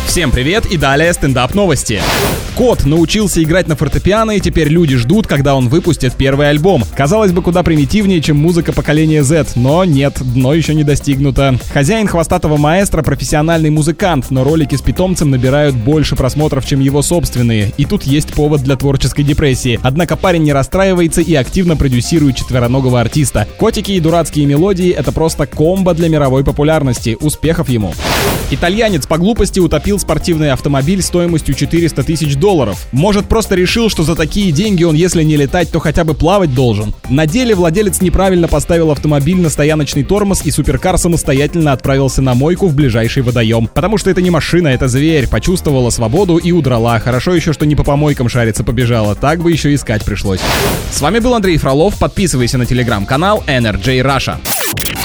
Всем привет и далее стендап-новости. Кот научился играть на фортепиано, и теперь люди ждут, когда он выпустит первый альбом. Казалось бы, куда примитивнее, чем музыка поколения Z, но нет, дно еще не достигнуто. Хозяин хвостатого маэстро — профессиональный музыкант, но ролики с питомцем набирают больше просмотров, чем его собственные. И тут есть повод для творческой депрессии. Однако парень не расстраивается и активно продюсирует четвероногого артиста. Котики и дурацкие мелодии — это просто комбо для мировой популярности. Успехов ему! Итальянец по глупости утопил спортивный автомобиль стоимостью $400 тысяч. Может, просто решил, что за такие деньги он, если не летать, то хотя бы плавать должен. На деле владелец неправильно поставил автомобиль на стояночный тормоз, и суперкар самостоятельно отправился на мойку в ближайший водоем. Потому что это не машина, это зверь. Почувствовала свободу и удрала. Хорошо еще, что не по помойкам шариться побежала. Так бы еще искать пришлось. С вами был Андрей Фролов. Подписывайся на телеграм-канал NRJ Russia.